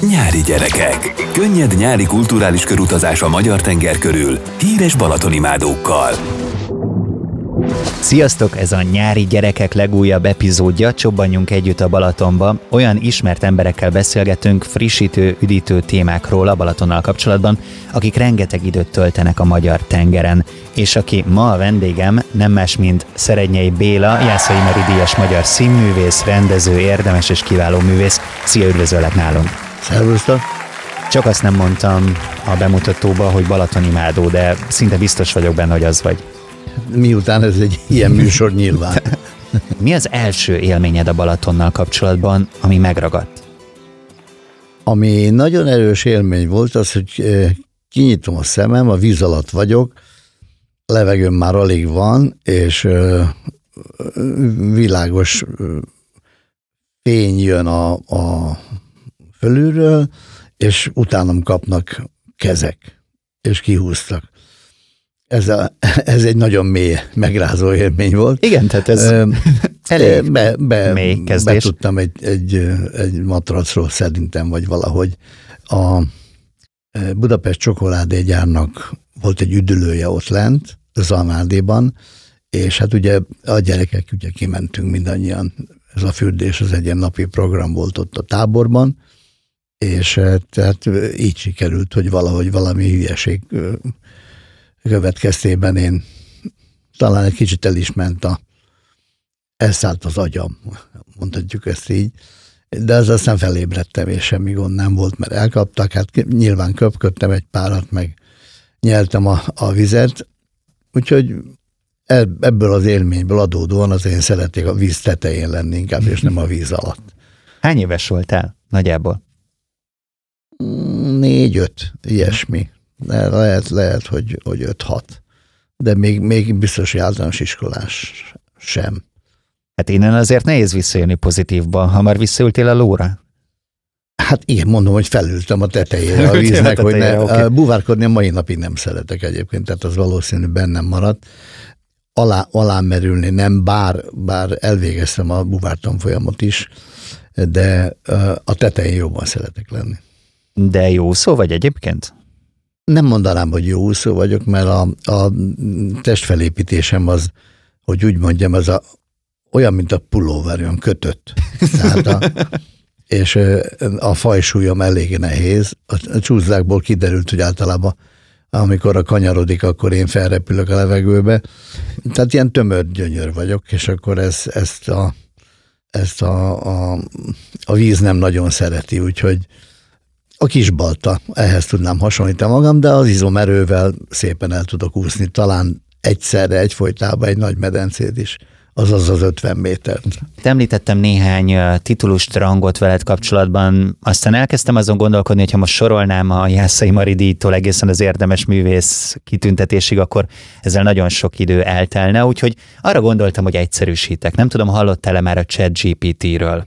Nyári gyerekek. Könnyed nyári kulturális körutazás a magyar tenger körül, híres balatonimádókkal. Sziasztok! Ez a Nyári gyerekek legújabb epizódja, csobbanjunk együtt a Balatonba. Olyan ismert emberekkel beszélgetünk frissítő, üdítő témákról a Balatonnal kapcsolatban, akik rengeteg időt töltenek a magyar tengeren. És aki ma a vendégem, nem más, mint Szerednyei Béla, Jászai Mari díjas magyar színművész, rendező, érdemes és kiváló művész. Szia, üdvözöllek nálunk! Szervusztok! Csak azt nem mondtam a bemutatóba, hogy balatonimádó, de szinte biztos vagyok benne, hogy az vagy. Miután ez egy ilyen műsor nyilván. Mi az első élményed a Balatonnal kapcsolatban, ami megragadt? Ami nagyon erős élmény volt, az, hogy kinyitom a szemem, a víz alatt vagyok, levegőm már alig van, és világos fény jön a fölülről, és utánam kapnak kezek, és kihúztak. Ez egy nagyon mély, megrázó élmény volt. Igen, tehát ez elég mély kezdés. Betudtam egy matracról szerintem, vagy valahogy. A Budapest csokoládégyárnak volt egy üdülője ott lent, Zalmádéban, és hát ugye a gyerekek ugye kimentünk mindannyian. Ez a fürdés, az egy ilyen napi program volt ott a táborban, és tehát így sikerült, hogy valahogy valami hülyeség következtében én talán egy kicsit el is ment elszállt az agyam, mondhatjuk ezt így, de az aztán felébredtem, és semmi gond nem volt, mert elkaptak, hát nyilván köpködtem egy párat, meg nyeltem a vizet, úgyhogy ebből az élményből adódóan az én szeretnék a víz tetején lenni inkább, és nem a víz alatt. Hány éves voltál nagyjából? 4-5, ilyesmi. Lehet, hogy 5-6. De még biztos, hogy általános iskolás sem. Hát innen azért nehéz visszajönni pozitívba. Hamar visszaültél a lóra? Hát igen, mondom, hogy felültem a tetejére a víznek, hogy okay. Buvárkodni a mai napig nem szeretek egyébként, tehát az valószínű bennem maradt. Alá merülni nem, bár elvégeztem a buvártanfolyamot is, de a tetején jobban szeretek lenni. De jó szó vagy egyébként? Nem mondanám, hogy jó úszó vagyok, mert a testfelépítésem az, hogy úgy mondjam, az olyan, mint a pulóver, olyan kötött. Tehát és a fajsúlyom elég nehéz. A csúszdákból kiderült, hogy általában amikor a kanyarodik, akkor én felrepülök a levegőbe. Tehát ilyen tömör gyönyör vagyok, és akkor ezt a víz nem nagyon szereti, úgyhogy a Kisbalta, ehhez tudnám hasonlítani magam, de az izomerővel szépen el tudok úszni, talán egyszerre, egyfolytában egy nagy medencét is, azaz az 50 métert. Említettem néhány titulust, rangot veled kapcsolatban, aztán elkezdtem azon gondolkodni, hogy ha most sorolnám a Jászai Mari díjtól egészen az érdemes művész kitüntetésig, akkor ezzel nagyon sok idő eltelne, úgyhogy arra gondoltam, hogy egyszerűsítek. Nem tudom, hallottál-e már a ChatGPT-ről?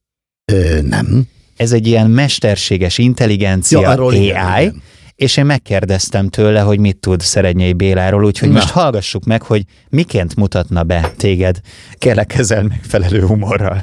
Nem. Ez egy ilyen mesterséges intelligencia, AI, igen. És én megkérdeztem tőle, hogy mit tud Szerednyei Béláról, úgyhogy most hallgassuk meg, hogy miként mutatna be téged. Kérlek, ezzel megfelelő humorral.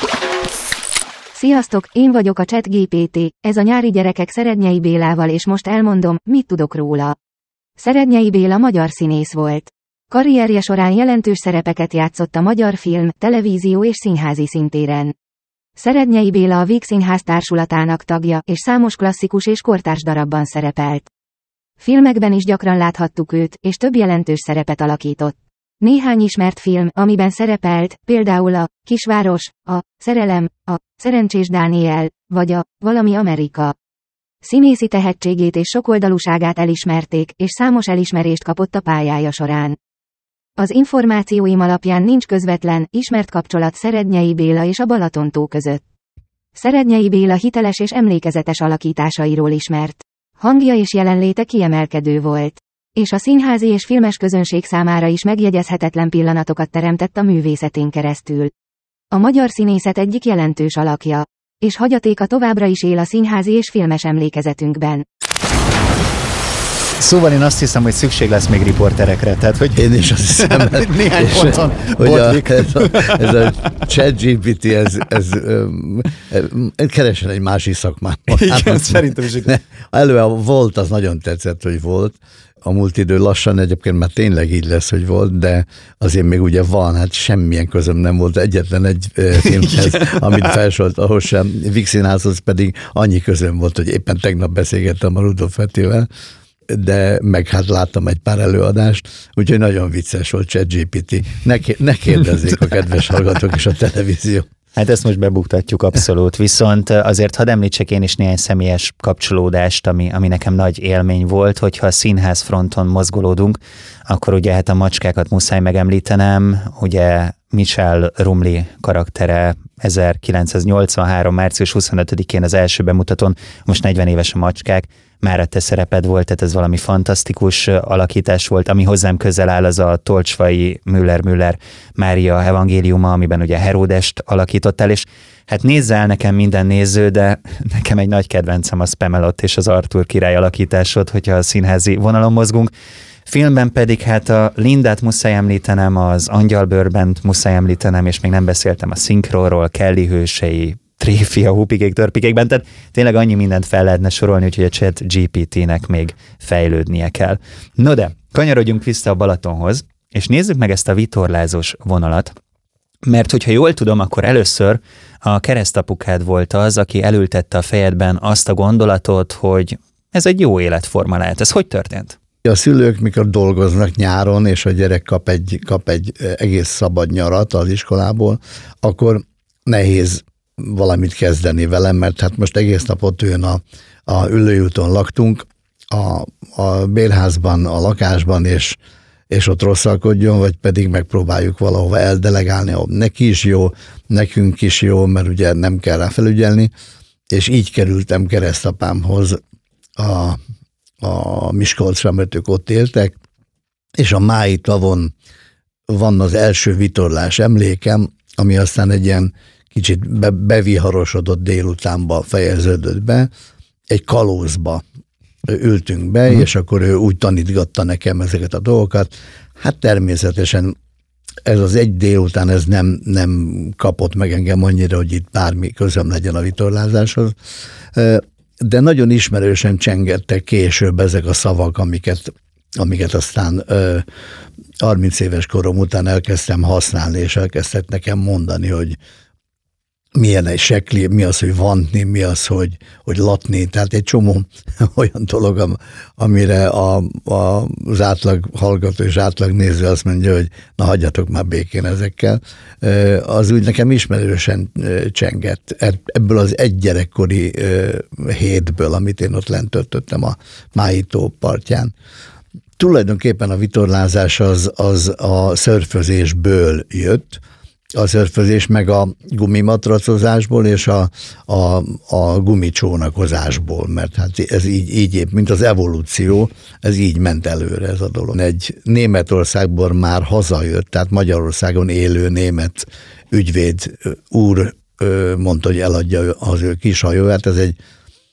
Sziasztok, én vagyok a ChatGPT, ez a Nyári gyerekek Szerednyei Bélával, és most elmondom, mit tudok róla. Szerednyei Béla magyar színész volt. Karrierje során jelentős szerepeket játszott a magyar film, televízió és színházi szintéren. Szerednyei Béla a Vígszínház társulatának tagja, és számos klasszikus és kortárs darabban szerepelt. Filmekben is gyakran láthattuk őt, és több jelentős szerepet alakított. Néhány ismert film, amiben szerepelt, például a Kisváros, a Szerelem, a Szerencsés Dániel, vagy a Valami Amerika. Színészi tehetségét és sokoldalúságát elismerték, és számos elismerést kapott a pályája során. Az információim alapján nincs közvetlen, ismert kapcsolat Szerednyei Béla és a Balaton-tó között. Szerednyei Béla hiteles és emlékezetes alakításairól ismert. Hangja és jelenléte kiemelkedő volt. És a színházi és filmes közönség számára is megjegyezhetetlen pillanatokat teremtett a művészetén keresztül. A magyar színészet egyik jelentős alakja. És hagyatéka továbbra is él a színházi és filmes emlékezetünkben. Szóval én azt hiszem, hogy szükség lesz még riporterekre, tehát hogy én is azt hiszem, néhány ponton hogy ez a ChatGPT, ez keresen egy másik szakmát. Igen, szerintem is. Előbb a volt, az nagyon tetszett, hogy volt. A múlt idő lassan egyébként már tényleg így lesz, hogy volt, de azért még ugye van, hát semmilyen közöm nem volt egyetlen egy filmhez, amit felsorolt, ahhoz sem. Víg Színházhoz pedig annyi közöm volt, hogy éppen tegnap beszélgettem a Rudolf Fetivel, de meg hát láttam egy pár előadást, úgyhogy nagyon vicces volt ChatGPT. Ne kérdezzék a kedves hallgatók és a televízió. Hát ezt most bebuktatjuk abszolút, viszont azért hadd említsek én is néhány személyes kapcsolódást, ami nekem nagy élmény volt, hogyha a színház fronton mozgolódunk, akkor ugye hát a macskákat muszáj megemlítenem, ugye Michel Rumli karaktere 1983. március 25-én az első bemutatón, most 40 éves a macskák, már a te szereped volt, tehát ez valami fantasztikus alakítás volt, ami hozzám közel áll, az a Tolcsvai Müller Mária evangéliuma, amiben ugye Heródest alakítottál, és hát nézze el nekem minden néző, de nekem egy nagy kedvencem a Spamalot és az Artúr király alakításod, hogyha a színházi vonalon mozgunk. Filmben pedig hát a Lindát muszáj említenem, az Angyalbőrbent muszáj említenem, és még nem beszéltem a szinkronról, Kelly hősei, Tréfi a Húpikék törpikékben, tehát tényleg annyi mindent fel lehetne sorolni, úgyhogy a ChatGPT-nek még fejlődnie kell. No de, kanyarodjunk vissza a Balatonhoz, és nézzük meg ezt a vitorlázós vonalat, mert hogyha jól tudom, akkor először a keresztapukád volt az, aki elültette a fejedben azt a gondolatot, hogy ez egy jó életforma lehet. Ez hogy történt? A szülők, mikor dolgoznak nyáron, és a gyerek kap egy egész szabad nyarat az iskolából, akkor nehéz valamit kezdeni velem, mert hát most egész napot ön a Üllőúton laktunk, a bérházban, a lakásban, és ott rosszalkodjon, vagy pedig megpróbáljuk valahova eldelegálni, ahol neki is jó, nekünk is jó, mert ugye nem kell rá felügyelni, és így kerültem keresztapámhoz a Miskolcra, mert ők ott éltek, és a Mái tavon van az első vitorlás emlékem, ami aztán egy ilyen kicsit beviharosodott délutánba fejeződött be, egy kalózba ültünk be, és akkor ő úgy tanítgatta nekem ezeket a dolgokat. Hát természetesen ez az egy délután ez nem kapott meg engem annyira, hogy itt bármi közöm legyen a vitorlázáshoz, de nagyon ismerősen csengettek később ezek a szavak, amiket aztán 30 éves korom után elkezdtem használni, és elkezdtek nekem mondani, hogy milyen egy sekli, mi az, hogy vantni, mi az, hogy latni, tehát egy csomó olyan dolog, amire az átlag hallgató és átlag néző azt mondja, hogy na hagyjatok már békén ezekkel. Az úgy nekem ismerősen csengett. Ebből az egy gyerekkori hétből, amit én ott lent töltöttem a Mái tó partján. Tulajdonképpen a vitorlázás az a szörfözésből jött, a szörfözés meg a gumimatracozásból és a gumicsónakozásból, mert hát ez így mint az evolúció, ez így ment előre ez a dolog. Egy Németországból már hazajött, tehát Magyarországon élő német ügyvéd úr mondta, hogy eladja az ő kis hajóját, ez egy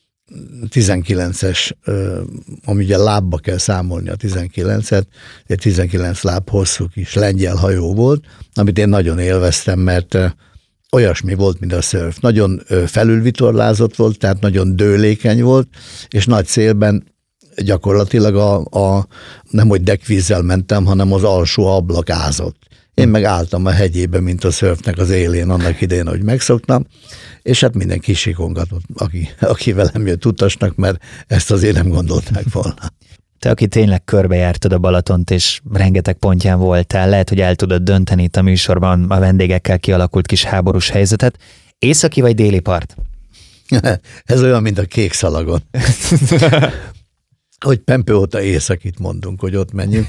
19-es, ami ugye lábba kell számolni a 19-et, egy 19 láb hosszú kis lengyel hajó volt, amit én nagyon élveztem, mert olyasmi volt, mint a szörf. Nagyon felülvitorlázott volt, tehát nagyon dőlékeny volt, és nagy szélben gyakorlatilag nem hogy dekkvízzel mentem, hanem az alsó ablak ázott. Én meg álltam a hegyébe, mint a szörfnek az élén annak idején, hogy megszoktam, és hát mindenki sikongatott, aki velem jött utasnak, mert ezt azért nem gondolták volna. Te, aki tényleg körbejártad a Balatont, és rengeteg pontján voltál, lehet, hogy el tudod dönteni itt a műsorban a vendégekkel kialakult kis háborús helyzetet. Északi vagy déli part? Ez olyan, mint a kék szalagon. Hogy Pempő óta északit mondunk, hogy ott menjünk.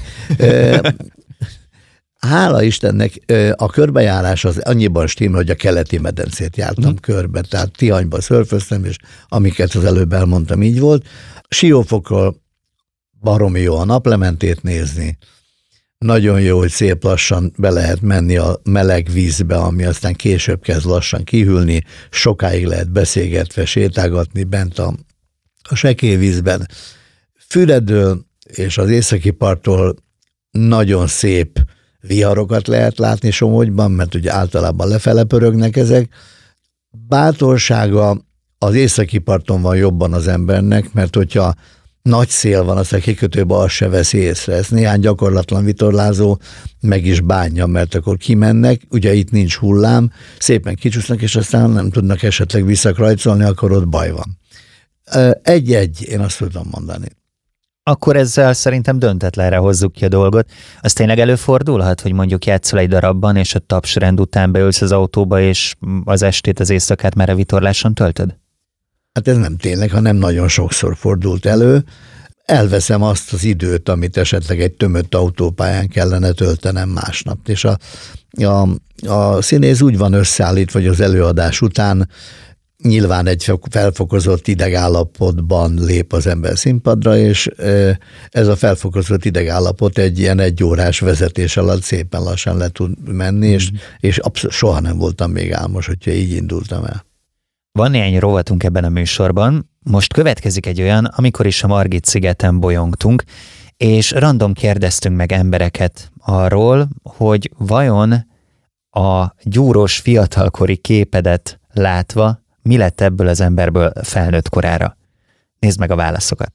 Hála Istennek a körbejárás az annyiban stimmel, hogy a keleti medencét jártam körbe, tehát Tihanyba szörföztem, és amiket az előbb elmondtam, így volt. Siófokról baromi jó a naplementét nézni. Nagyon jó, hogy szép lassan be lehet menni a meleg vízbe, ami aztán később kezd lassan kihűlni. Sokáig lehet beszélgetve sétálgatni bent a sekély vízben. Füredől és az északi parttól nagyon szép viharokat lehet látni Somogyban, mert ugye általában lefele pörögnek ezek. Bátorsága az északi parton van jobban az embernek, mert hogyha nagy szél van, azt a kikötőben azt se veszi észre. Ezt néhány gyakorlatlan vitorlázó meg is bánja, mert akkor kimennek, ugye itt nincs hullám, szépen kicsúsznak, és aztán nem tudnak esetleg visszakrajcolni, akkor ott baj van. Egy-egy, én azt tudom mondani. Akkor ezzel szerintem döntetlenre hozzuk ki a dolgot. Az tényleg előfordulhat, hogy mondjuk játszol egy darabban, és a tapsrend után beülsz az autóba, és az estét, az éjszakát már a vitorláson töltöd? Hát ez nem tényleg, hanem nagyon sokszor fordult elő. Elveszem azt az időt, amit esetleg egy tömött autópályán kellene töltenem másnap. És a színész úgy van összeállítva, vagy az előadás után nyilván egy felfokozott idegállapotban lép az ember színpadra, és ez a felfokozott idegállapot egy ilyen 1 órás vezetés alatt szépen lassan le tud menni, és soha nem voltam még álmos, hogyha így indultam el. Van néhány rovatunk ebben a műsorban, most következik egy olyan, amikor is a Margit-szigeten bolyongtunk, és random kérdeztünk meg embereket arról, hogy vajon a gyúrós fiatalkori képedet látva mi lett ebből az emberből felnőtt korára. Nézd meg a válaszokat.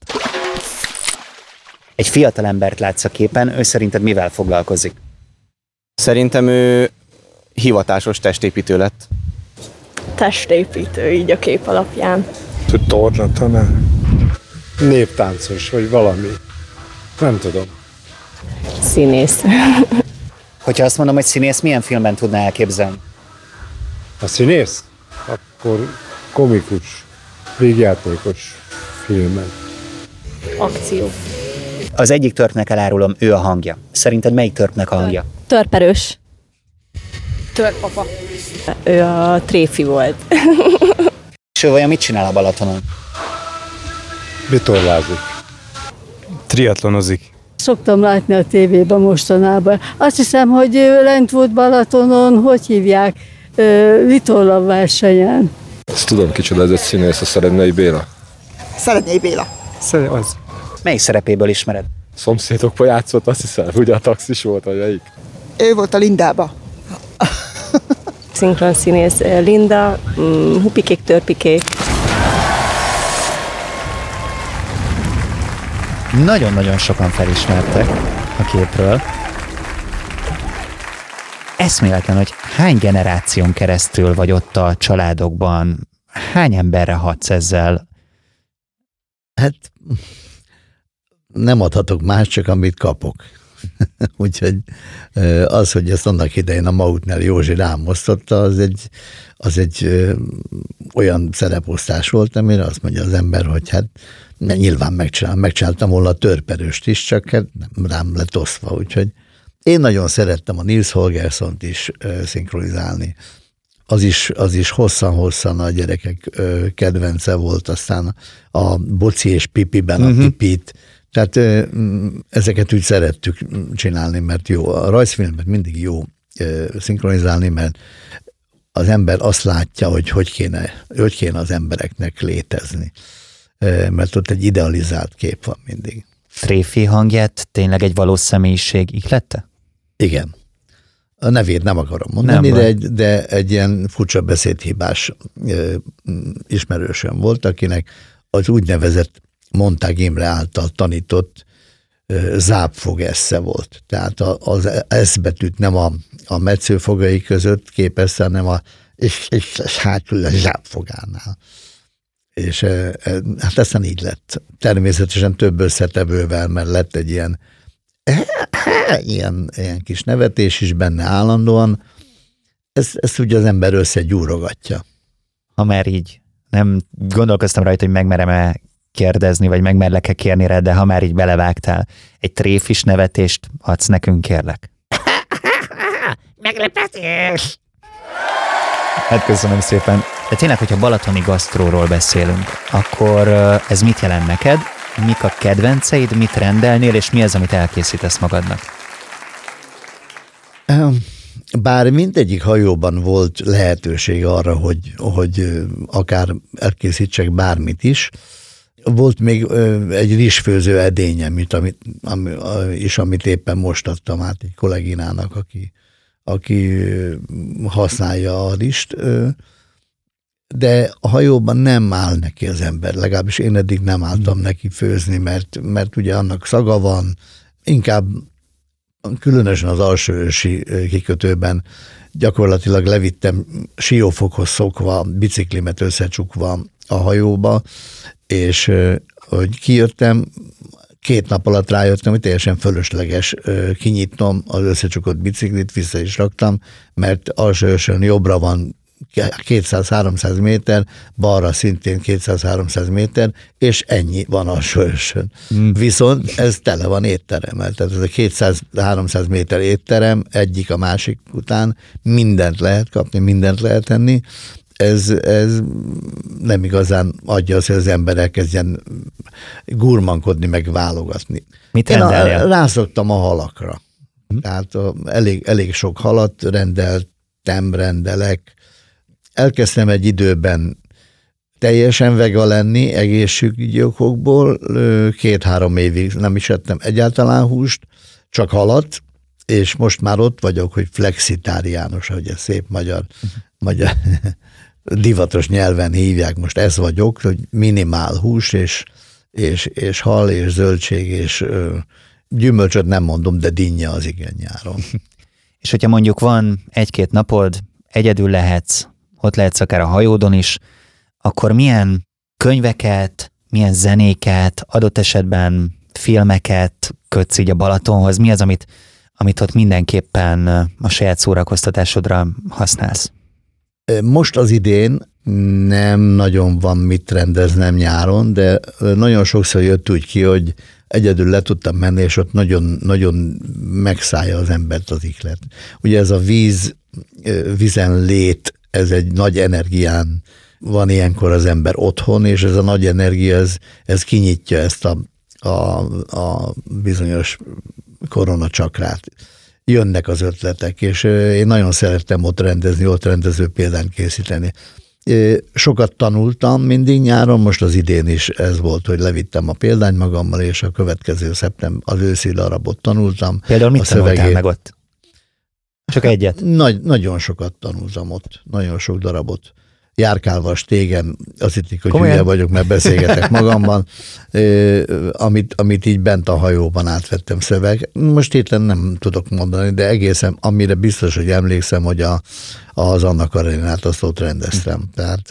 Egy fiatal embert látsz a képen, ő szerinted mivel foglalkozik? Szerintem ő hivatásos testépítő lett. Testépítő, így a kép alapján. Tornatanár, néptáncos, vagy valami. Nem tudom. Színész. Hogyha azt mondom, hogy színész, milyen filmben tudná elképzelni? A színész? Akkor komikus, vígjátékos filmen. Akció. Az egyik törpnek elárulom, ő a hangja. Szerinted melyik törpnek a hangja? Törperős. Törpapa. Ő a tréfi volt. És ő vajon mit csinál a Balatonon? Vitorlázik. Triatlonozik. Szoktam látni a tévében mostanában. Azt hiszem, hogy lent volt Balatonon, hogy hívják, vitorlaversenyen. Ezt tudom, kicsoda ez egy színész, a Szerednyei Béla. Szerednyei Béla. Az. Melyik szerepéből ismered? Szomszédokba játszott, azt hiszem, ugye a taxis volt, vagy melyik? Ő volt a Lindába. Szinkron színész Linda, Hupikék, Törpikék. Nagyon-nagyon sokan felismertek a képről. Eszméletlen, hogy hány generáción keresztül vagy ott a családokban, hány emberre hatsz ezzel? Hát nem adhatok más, csak amit kapok. Úgyhogy az, hogy ezt annak idején a Mautner Józsi rám osztotta, az egy olyan szereposztás volt, amire azt mondja az ember, hogy hát nyilván megcsináltam volna a törperőst is, csak hát rám lett osztva, úgyhogy én nagyon szerettem a Nils Holgerssont is szinkronizálni. Az is hosszan-hosszan a gyerekek kedvence volt, aztán a Boci és Pipiben a Pipit, tehát ezeket úgy szerettük csinálni, mert jó. A rajzfilmet mindig jó szinkronizálni, mert az ember azt látja, hogy kéne az embereknek létezni. Mert ott egy idealizált kép van mindig. Tréfi hangját tényleg egy valós személyiség ihlette? Igen. A nevét nem akarom mondani, de egy ilyen furcsa beszédhibás ismerősöm volt, akinek az úgynevezett Montag Imre által tanított zápfog esze volt. Tehát az S betűt nem a metszőfogai között képezte, hanem és hátul a zápfogánál. És hát aztán így lett. Természetesen több összetevővel, mert lett egy ilyen kis nevetés is benne állandóan. Ezt ugye az ember összegyúrogatja. Ha már így nem gondolkoztam rajta, hogy megmerem-e kérdezni, vagy megmerlek-e kérni rá, de ha már így belevágtál, egy tréfis nevetést adsz nekünk, kérlek. Meglepetés! Hát köszönöm szépen. De tényleg, hogyha balatoni gasztróról beszélünk, akkor ez mit jelent neked? Mik a kedvenceid, mit rendelnél, és mi az, amit elkészítesz magadnak? Bár mindegyik hajóban volt lehetőség arra, hogy akár elkészítsek bármit is, volt még egy rizsfőző edényem, amit éppen most adtam át egy kolléginának, aki használja a rizst, de a hajóban nem áll neki az ember, legalábbis én eddig nem álltam neki főzni, mert ugye annak szaga van, inkább különösen az alsóősi kikötőben gyakorlatilag levittem siófokhoz szokva, biciklimet összecsukva a hajóba, és hogy kijöttem, 2 nap alatt rájöttem, hogy teljesen fölösleges kinyitnom az összecsukott biciklit, vissza is raktam, mert alsóősön jobbra van 200-300 méter, balra szintén 200-300 méter, és ennyi van alsóősön. Viszont ez tele van étteremmel, tehát ez a 200-300 méter étterem, egyik a másik után, mindent lehet kapni, mindent lehet enni, ez nem igazán adja azt, hogy az ember elkezdjen gurmankodni, meg válogatni. Mit én rendeljen? a halakra. Tehát elég sok halat rendelek. Elkezdtem egy időben teljesen vega lenni egészségügyi okokból, 2-3 évig nem is ettem egyáltalán húst, csak halat, és most már ott vagyok, hogy flexitáriánus, hogy ez szép magyar divatos nyelven hívják, most ez vagyok, hogy minimál hús, és hal, és zöldség, és gyümölcsöt nem mondom, de dinnye az igen nyáron. És hogyha mondjuk van 1-2 napod, egyedül lehetsz, ott lehetsz akár a hajódon is, akkor milyen könyveket, milyen zenéket, adott esetben filmeket kötsz így a Balatonhoz? Mi az, amit ott mindenképpen a saját szórakoztatásodra használsz? Most az idén nem nagyon van mit rendeznem nyáron, de nagyon sokszor jött úgy ki, hogy egyedül le tudtam menni, és ott nagyon, nagyon megszállja az embert az ihlet. Ugye ez a vízen lét, ez egy nagy energián van ilyenkor az ember otthon, és ez a nagy energia, ez kinyitja ezt a bizonyos koronacsakrát. Jönnek az ötletek, és én nagyon szerettem ott rendezni, ott rendező példányt készíteni. Sokat tanultam mindig nyáron, most az idén is ez volt, hogy levittem a példányt magammal, és a következő az őszi darabot tanultam. Például mit tanultál meg ott? Csak egyet? Nagyon sokat tanultam ott, nagyon sok darabot. Járkálva a stégen, azt hitték, hogy hülye vagyok, mert beszélgetek magamban, amit így bent a hajóban átvettem szöveg. Most hirtelen nem tudok mondani, de egészen, amire biztos, hogy emlékszem, hogy az Anna Kareninát azt ott rendeztem. Tehát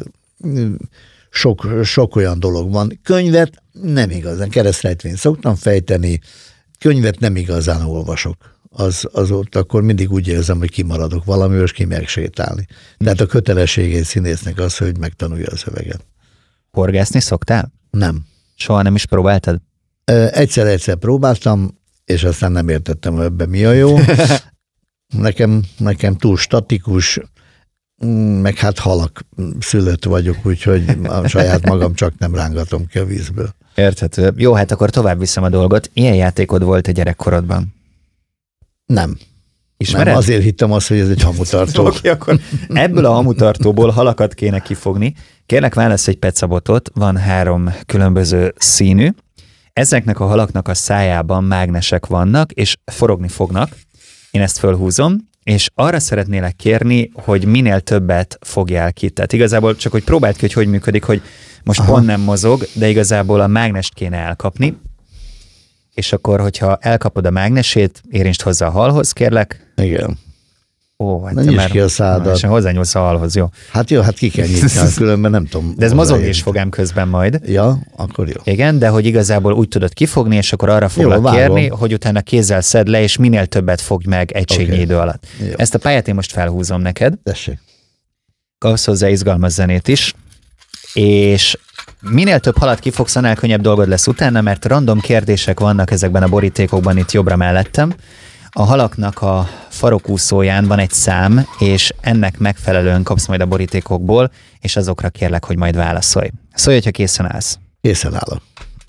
sok olyan dolog van. Könyvet nem igazán, keresztrejtvényt szoktam fejteni, könyvet nem igazán olvasok. Az ott akkor mindig úgy érzem, hogy kimaradok valamiről, és ki megsétálni. Tehát a kötelessége egy színésznek az, hogy megtanulja a szöveget. Horgászni szoktál? Nem. Soha nem is próbáltad? Egyszer próbáltam, és aztán nem értettem, hogy ebben mi a jó. Nekem túl statikus, meg hát halak szülött vagyok, úgyhogy a saját magam csak nem rángatom ki a vízből. Érthető. Jó, hát akkor tovább viszem a dolgot. Ilyen játékod volt a gyerekkorodban? Nem. Ismered? Nem, azért hittem azt, hogy ez egy hamutartó. Oké, akkor ebből a hamutartóból halakat kéne kifogni. Kérlek, válasz egy pecsabotot, van 3 különböző színű. Ezeknek a halaknak a szájában mágnesek vannak, és forogni fognak. Én ezt fölhúzom, és arra szeretnélek kérni, hogy minél többet fogjál ki. Tehát igazából csak, hogy próbáld ki, hogy működik, hogy most pont nem mozog, de igazából a mágnest kéne elkapni. És akkor, hogyha elkapod a mágnesét, érintsd hozzá a halhoz, kérlek. Igen. Ó, hát nyisd ki a szádat. Hozzányúlsz a halhoz, jó. Hát jó, hát ki kell nyitni, különben nem tudom. De ez mozogni is fogám közben majd. Ja, akkor jó. Igen, de hogy igazából úgy tudod kifogni, és akkor arra foglak kérni, hogy utána kézzel szedd le, és minél többet fogj meg egységnyi idő alatt. Jó. Ezt a pályát én most felhúzom neked. Tessék. Kapsz hozzá izgalmas zenét is, és minél több halat kifogsz, annál könnyebb dolgod lesz utána, mert random kérdések vannak ezekben a borítékokban itt jobbra mellettem. A halaknak a farokúszóján van egy szám, és ennek megfelelően kapsz majd a borítékokból, és azokra kérlek, hogy majd válaszolj. Szólj, hogyha készen állsz. Készen állok.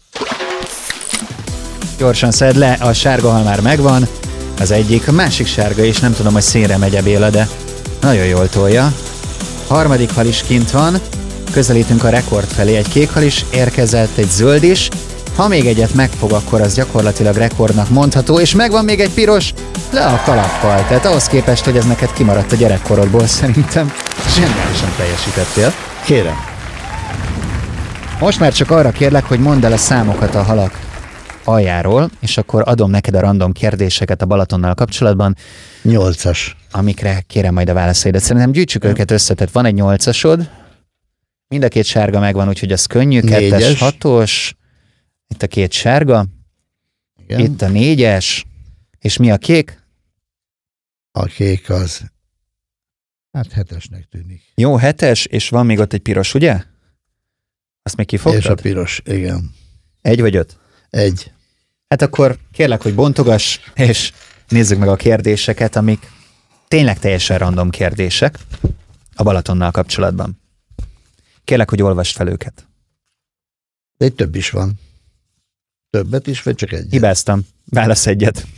Gyorsan szedd le, a sárga hal már megvan, az egyik, a másik sárga is, nem tudom, hogy színre megy-e Béla, de nagyon jól tolja. Harmadik hal is kint van, Közelítünk a rekord felé, egy kék hal is érkezett, egy zöld is. Ha még egyet megfog, akkor az gyakorlatilag rekordnak mondható, és megvan még egy piros, le a kalappal. Tehát ahhoz képest, hogy ez neked kimaradt a gyerekkorodból, szerintem zseniálisan teljesítettél. Kérem. Most már csak arra kérlek, hogy mondd el a számokat a halak aljáról, és akkor adom neked a random kérdéseket a Balatonnal kapcsolatban. 8-as. Amikre kérem majd a válaszaidat. Szerintem gyűjtsük őket össze, tehát van egy 8-asod, mind a két sárga megvan, úgyhogy az könnyű, 2-es, 6-os, itt a 2 sárga, igen. Itt a 4-es, és mi a kék? A kék az, hát 7-esnek tűnik. Jó, 7-es, és van még ott egy piros, ugye? Azt még kifogtad? És a piros, igen. 1 vagy 5? 1. Hát akkor kérlek, hogy bontogass, és nézzük meg a kérdéseket, amik tényleg teljesen random kérdések a Balatonnal kapcsolatban. Kérlek, hogy olvasd fel őket. De egy több is van. Többet is, vagy csak egyet? Hibáztam. Válasz egyet.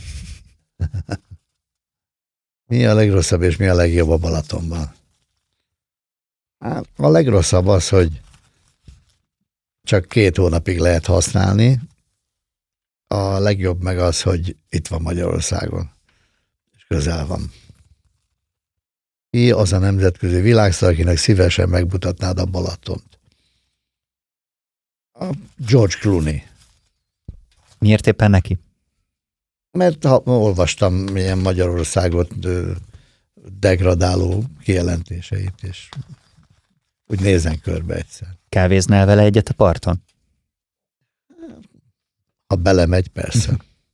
Mi a legrosszabb és mi a legjobb a Balatonban? Hát, a legrosszabb az, hogy csak 2 hónapig lehet használni. A legjobb meg az, hogy itt van Magyarországon. És közel van. Ki az a nemzetközi világsztár, akinek szívesen megmutatnád a Balatont? A George Clooney. Miért éppen neki? Mert olvastam milyen Magyarországot degradáló kijelentéseit, és úgy nézzen körbe egyszer. Kávéznál vele egyet a parton? Ha belemegy, persze.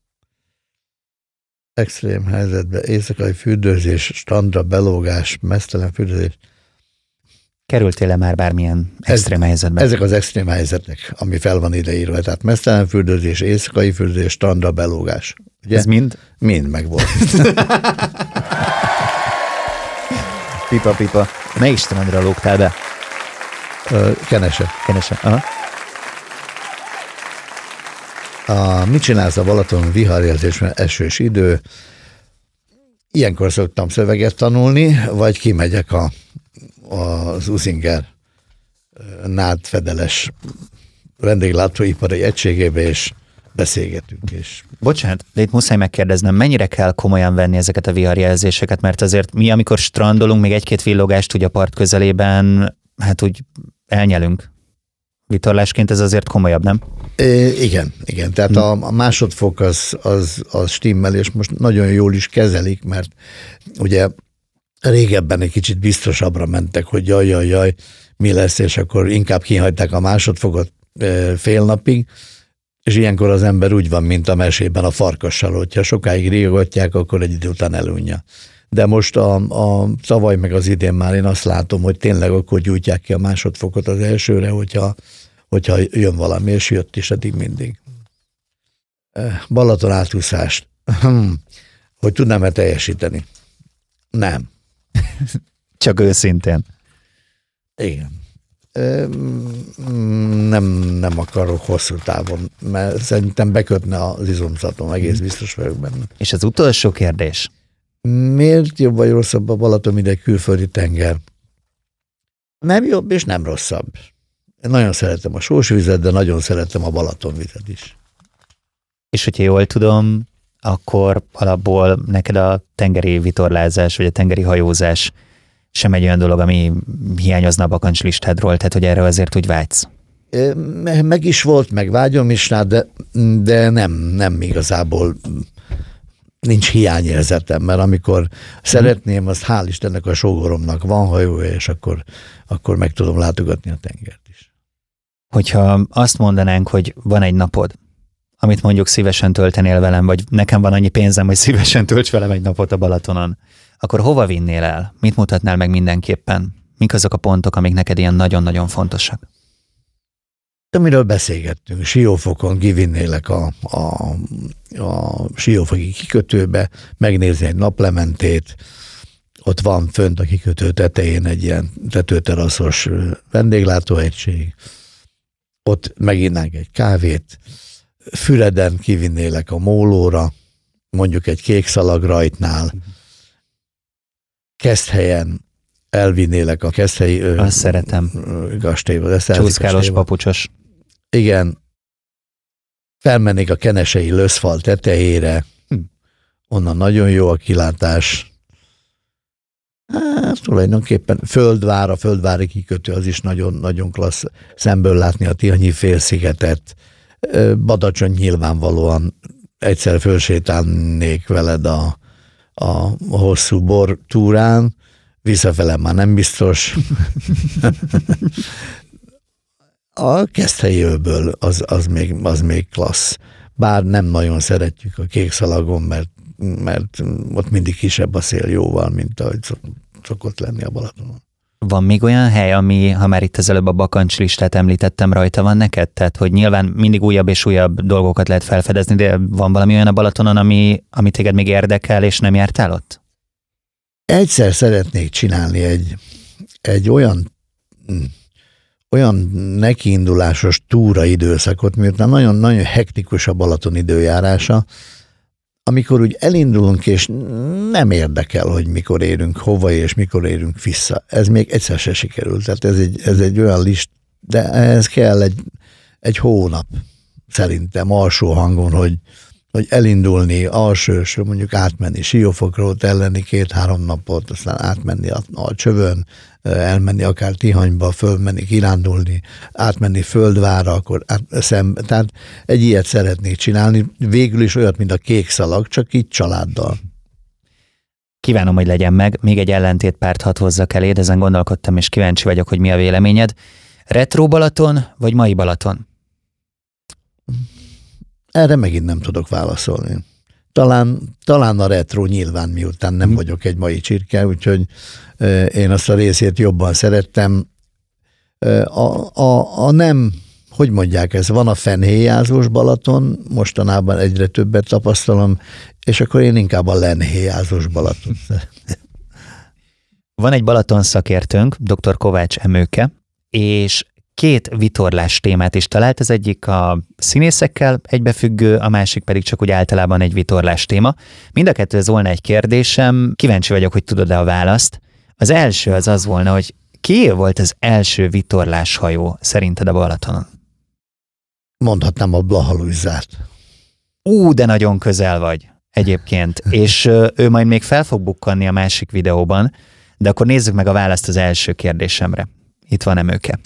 Extrém helyzetben, éjszakai fürdőzés, strandra belógás, meztelen fürdőzés. Kerültél-e már bármilyen extrém helyzetben? Ezek az extrém helyzetek, ami fel van ideírva. Tehát meztelen fürdőzés, éjszakai fürdőzés, strandra belógás. Ugye? Ez mind? Mind megvolt. Pipa. Melyik strandra lógtál be? Kenese. Aha. Mit csinálsz a Balaton viharjelzésben, esős idő? Ilyenkor szoktam szöveget tanulni, vagy kimegyek az Usinger nádfedeles vendéglátóipari egységébe, és beszélgetünk. És... Bocsánat, de itt muszáj megkérdeznem, mennyire kell komolyan venni ezeket a viharjelzéseket, mert azért mi, amikor strandolunk, még 1-2 villogást úgy a part közelében, hát úgy elnyelünk. Vitorlásként ez azért komolyabb, nem? Igen. Tehát a másodfok az stimmel, és most nagyon jól is kezelik, mert ugye régebben egy kicsit biztosabbra mentek, hogy jaj, mi lesz, és akkor inkább kihagyták a másodfokot fél napig, és ilyenkor az ember úgy van, mint a mesében a farkassal, hogyha sokáig riogatják, akkor egy idő után elunja. De most a tavaly meg az idén már én azt látom, hogy tényleg akkor gyújtják ki a másodfokot az elsőre, hogyha jön valami, és jött is eddig mindig. Balaton átúszást. Hogy tudnám-e teljesíteni? Nem. Csak őszintén. Igen. Nem akarok hosszú távon, mert szerintem bekötne az izomzatom, egész biztos vagyok benne. És az utolsó kérdés? Miért jobb vagy rosszabb a Balaton, mint egy külföldi tenger? Nem jobb és nem rosszabb. Én nagyon szeretem a sós vizet, de nagyon szeretem a Balaton vizet is. És hogyha jól tudom, akkor alapból neked a tengeri vitorlázás, vagy a tengeri hajózás sem egy olyan dolog, ami hiányozna a bakancslistádról, tehát hogy erre azért úgy vágysz. Meg is volt, meg vágyom is rá, de nem igazából nincs hiányérzetem, mert amikor szeretném, azt hál' Istennek a sógoromnak van hajója, és akkor meg tudom látogatni a tengert is. Hogyha azt mondanánk, hogy van egy napod, amit mondjuk szívesen töltenél velem, vagy nekem van annyi pénzem, hogy szívesen tölts velem egy napot a Balatonon, akkor hova vinnél el? Mit mutatnál meg mindenképpen? Mik azok a pontok, amik neked ilyen nagyon-nagyon fontosak? Amiről beszélgettünk, Siófokon kivinnélek a Siófoki kikötőbe, megnézni egy naplementét, ott van fönt a kikötő tetején egy ilyen tetőteraszos vendéglátóegység, ott meginnánk egy kávét, Füreden kivinnélek a mólóra, mondjuk egy kékszalagrajtnál, Keszthelyen elvinnélek a Keszthelyi azt szeretem. Kastélyba. Csúszkálós papucsos. Igen. Felmennék a kenesei löszfal tetejére. Onnan nagyon jó a kilátás. Hát, tulajdonképpen a földvári kikötő, az is nagyon klassz szemből látni a Tihanyi félszigetet. Badacsony nyilvánvalóan egyszer fölsétálnék veled a hosszú bor túrán, visszafele már nem biztos. A Keszthelyi öböl az még klassz. Bár nem nagyon szeretjük a Kékszalagon, mert ott mindig kisebb a szél jóval, mint ahogy szokott lenni a Balatonon. Van még olyan hely, ami, ha már itt az előbb a bakancslistát említettem, rajta van neked? Tehát, hogy nyilván mindig újabb és újabb dolgokat lehet felfedezni, de van valami olyan a Balatonon, ami téged még érdekel, és nem jártál ott? Egyszer szeretnék csinálni egy olyan nekiindulásos túraidőszakot, miután nagyon hektikus a Balaton időjárása, amikor úgy elindulunk, és nem érdekel, hogy mikor érünk hova, és mikor érünk vissza. Ez még egyszer se sikerült. Tehát ez egy olyan list, de ehhez kell egy hónap, szerintem alsó hangon, hogy elindulni alsősről, mondjuk átmenni Siófokról, ellenni 2-3 napot, aztán átmenni a Csövön, elmenni akár Tihanyba, fölmenni, kirándulni, átmenni Földvárra, akkor tehát egy ilyet szeretnék csinálni, végül is olyat, mint a Kékszalag, csak így családdal. Kívánom, hogy legyen meg. Még egy ellentétpárt hadd hozzak eléd, ezen gondolkodtam, és kíváncsi vagyok, hogy mi a véleményed. Retro Balaton, vagy mai Balaton? Erre megint nem tudok válaszolni. Talán a retro nyilván, miután nem vagyok egy mai csirke, úgyhogy én azt a részét jobban szerettem. A nem, hogy mondják, ez van a fennhéjázós Balaton, mostanában egyre többet tapasztalom, és akkor én inkább a lenhéjázós Balaton szeretném. Van egy Balaton szakértőnk, dr. Kovács Emőke, és 2 vitorlás témát is talált, az egyik a színészekkel egybefüggő, a másik pedig csak úgy általában egy vitorlás téma. Mind a kettőhöz volna egy kérdésem, kíváncsi vagyok, hogy tudod-e a választ. Az első az volna, hogy ki volt az első vitorlás hajó szerinted a Balatonon? Mondhatnám a Blaha-Lujzát. De nagyon közel vagy egyébként, és ő majd még fel fog bukkanni a másik videóban, de akkor nézzük meg a választ az első kérdésemre. Itt van Emőke.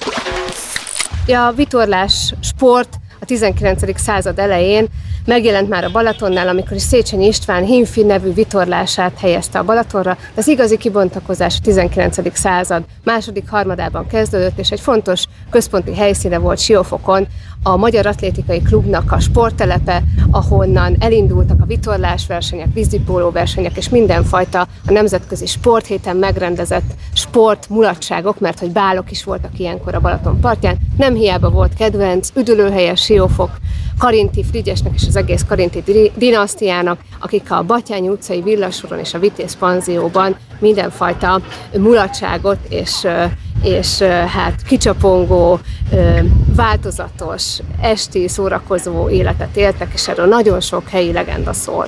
A vitorlás sport a 19. század elején megjelent már a Balatonnál, amikor is Széchenyi István Himfi nevű vitorlását helyezte a Balatonra. Az igazi kibontakozás a 19. század második harmadában kezdődött, és egy fontos központi helyszíne volt Siófokon, a Magyar Atlétikai Klubnak a sporttelepe, ahonnan elindultak a vitorlásversenyek, vízipólóversenyek és mindenfajta a nemzetközi sporthéten megrendezett sportmulatságok, mert hogy bálok is voltak ilyenkor a Balaton partján. Nem hiába volt kedvenc, üdülőhelye Siófok, Karinti Frigyesnek és az egész Karinti dinasztiának, akik a Batthyány utcai Villasoron és a Vitéz panzióban mindenfajta mulatságot és hát kicsapongó, változatos, esti szórakozó életet éltek, és erről nagyon sok helyi legenda szól.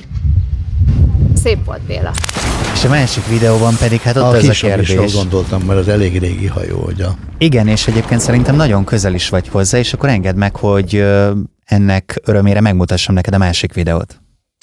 Szép volt, Béla. És a másik videóban pedig hát ott ez a kérdés. Gondoltam, mert az elég régi hajó, hogy Igen, és egyébként szerintem nagyon közel is vagy hozzá, és akkor engedd meg, hogy ennek örömére megmutassam neked a másik videót.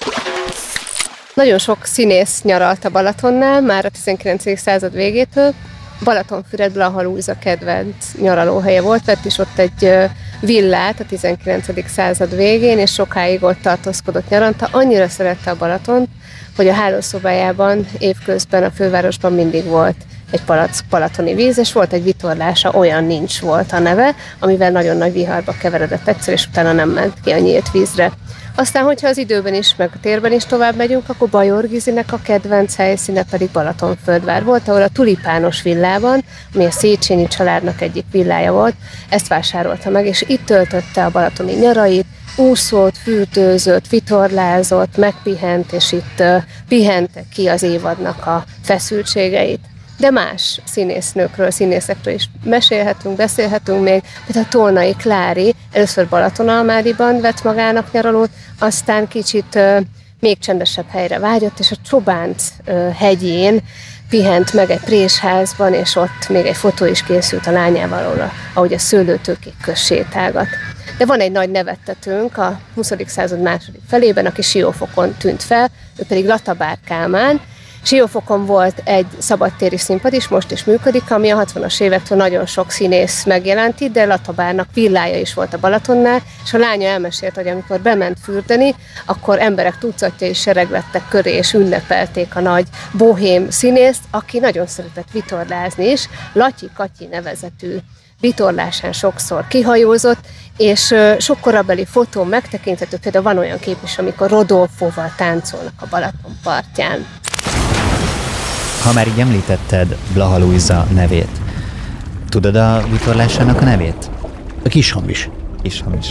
Nagyon sok színész nyaralt a Balatonnál, már a 19. század végétől. Balatonfüred Blaha-Lujza kedvenc nyaralóhelye volt, vett is ott egy villát a 19. század végén, és sokáig ott tartózkodott nyaranta. Annyira szerette a Balatont, hogy a hálószobájában évközben a fővárosban mindig volt egy palack balatoni víz, és volt egy vitorlása, Olyan nincs volt a neve, amivel nagyon nagy viharba keveredett egyszer, és utána nem ment ki a nyílt vízre. Aztán, hogyha az időben is, meg a térben is tovább megyünk, akkor Bajor Gizinek a kedvenc helyszíne pedig Balatonföldvár volt, ahol a tulipános villában, ami a Széchenyi családnak egyik villája volt, ezt vásárolta meg, és itt töltötte a balatoni nyarait, úszott, fürdőzött, vitorlázott, megpihent, és itt pihente ki az évadnak a feszültségeit. De más színésznőkről, színészekről is mesélhetünk, beszélhetünk még, például Tolnai Klári először Balatonalmádiban vett magának nyaralót, aztán kicsit még csendesebb helyre vágyott, és a Csobánc hegyén pihent meg egy présházban, és ott még egy fotó is készült a lányával, ahogy a szőlőtőkék közsétálgat. De van egy nagy nevettetőnk a 20. század második felében, aki Siófokon tűnt fel, ő pedig Latabár Kálmán. Siófokon volt egy szabadtéri színpad is, most is működik, ami a 60-as évektől nagyon sok színész megjelent itt, de Latabárnak villája is volt a Balatonnál, és a lánya elmesélte, hogy amikor bement fürdeni, akkor emberek tucatjai sereglettek köré, és ünnepelték a nagy bohém színészt, aki nagyon szeretett vitorlázni is, Latyi Katyi nevezetű vitorlásán sokszor kihajózott, és sok korabeli fotón megtekinthető, például van olyan kép is, amikor Rodolfóval táncolnak a Balaton partján. Ha már így említetted Blaha Lujza nevét, tudod a vitorlásának a nevét? A Kishamis. Kishamis.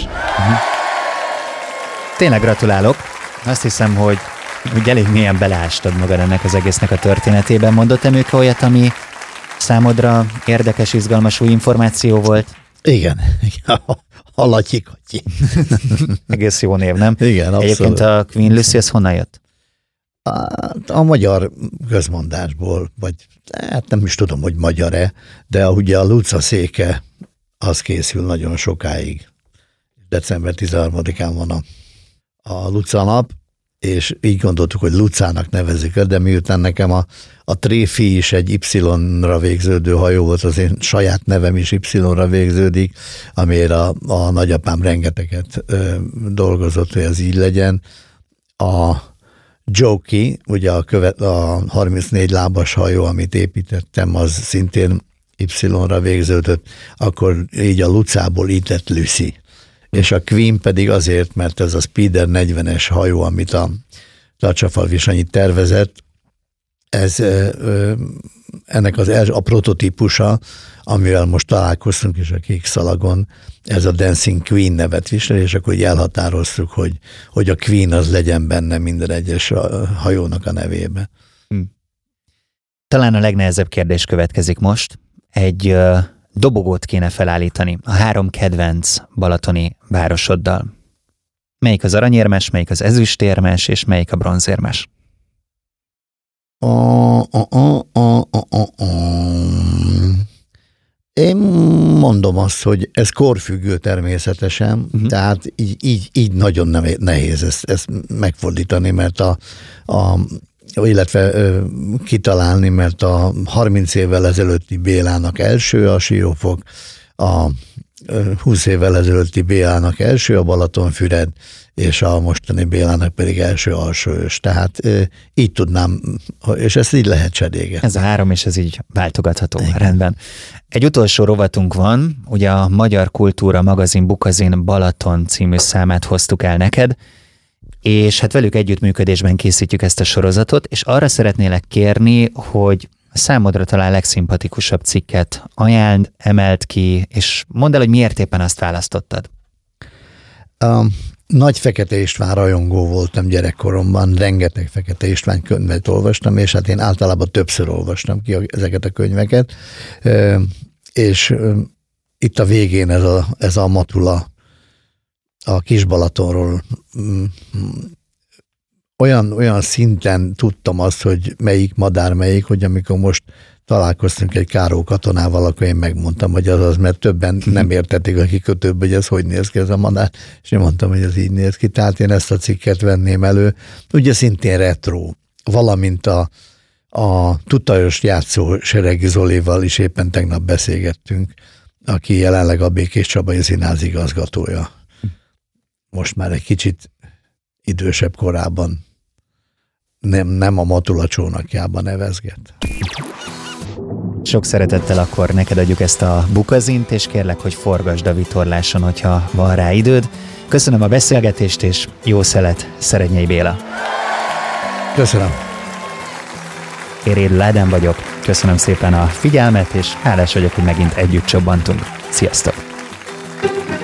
Tényleg gratulálok. Azt hiszem, hogy elég mélyen beleástad magad ennek az egésznek a történetében. Mondott-e Műke olyat, ami számodra érdekes, izgalmas új információ volt? Igen. A Latyi Katyi. Egész jó név, nem? Igen, abszolút. Egyébként a Queen Lucy, ez honnan jött? A magyar közmondásból, vagy hát nem is tudom, hogy magyar-e, de ugye a Luca széke az készül nagyon sokáig. December 13-án van a Luca nap, és így gondoltuk, hogy Lucának nevezik el, de miután nekem a Tréfi is egy Y-ra végződő hajó volt, az én saját nevem is Y-ra végződik, amire a nagyapám rengeteget dolgozott, hogy ez így legyen. A Jockey, ugye a 34 lábas hajó, amit építettem, az szintén Y-ra végződött, akkor így a Lucából így lett Lucy. És a Queen pedig azért, mert ez a Speeder 40-es hajó, amit a Tacsafalvi Sanyi tervezett, ez ennek a prototípusa, amivel most találkoztunk is a Kék Szalagon, ez a Dancing Queen nevet visel, és akkor így elhatároztuk, hogy a Queen az legyen benne minden egyes hajónak a nevébe. Talán a legnehezebb kérdés következik most. Egy dobogót kéne felállítani a 3 kedvenc balatoni városoddal. Melyik az aranyérmes, melyik az ezüstérmes, és melyik a bronzérmes? Én mondom azt, hogy ez korfüggő természetesen, tehát így nagyon nehéz ezt megfordítani, mert illetve kitalálni, mert a 30 évvel ezelőtti Bélának első a Siófok, a 20 évvel ezelőtti Bélának első a Balatonfüred, és a mostani Bélának pedig első Alsóös. Tehát így tudnám, és ezt így lehet cserélgetni. Ez a 3, és ez így váltogatható. Igen. Rendben. Egy utolsó rovatunk van, ugye a Magyar Kultúra magazin Bukazin Balaton című számát hoztuk el neked, és hát velük együttműködésben készítjük ezt a sorozatot, és arra szeretnélek kérni, hogy számodra talán legszimpatikusabb cikket ajánld, emeld ki, és mondd el, hogy miért éppen azt választottad. Nagy Fekete István rajongó voltam gyerekkoromban, rengeteg Fekete István könyvet olvastam, és hát én általában többször olvastam ki ezeket a könyveket, és itt a végén ez a matula a Kisbalatonról olyan szinten tudtam azt, hogy melyik madár melyik, hogy amikor most találkoztunk egy Káró katonával, akkor én megmondtam, hogy az, mert többen nem értették a kikötőből, hogy ez hogy néz ki ez a madár, és én mondtam, hogy ez így néz ki, tehát én ezt a cikket venném elő. Ugye szintén retro, valamint a Tutajos játszó Seregi Zolival is éppen tegnap beszélgettünk, aki jelenleg a Békés Csabai Színház igazgatója. Most már egy kicsit idősebb korában nem a Matula csónakjában nevezget. Sok szeretettel akkor neked adjuk ezt a Bukazint, és kérlek, hogy forgasd a vitorláson, hogyha van rá időd. Köszönöm a beszélgetést, és jó szelet, Szerednyei Béla. Köszönöm. Én Rédl Ádám vagyok, köszönöm szépen a figyelmet, és hálás vagyok, hogy megint együtt csobbantunk. Sziasztok!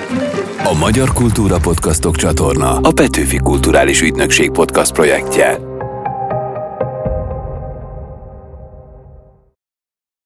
A Magyar Kultúra Podcastok csatorna a Petőfi Kulturális Ügynökség podcast projektje.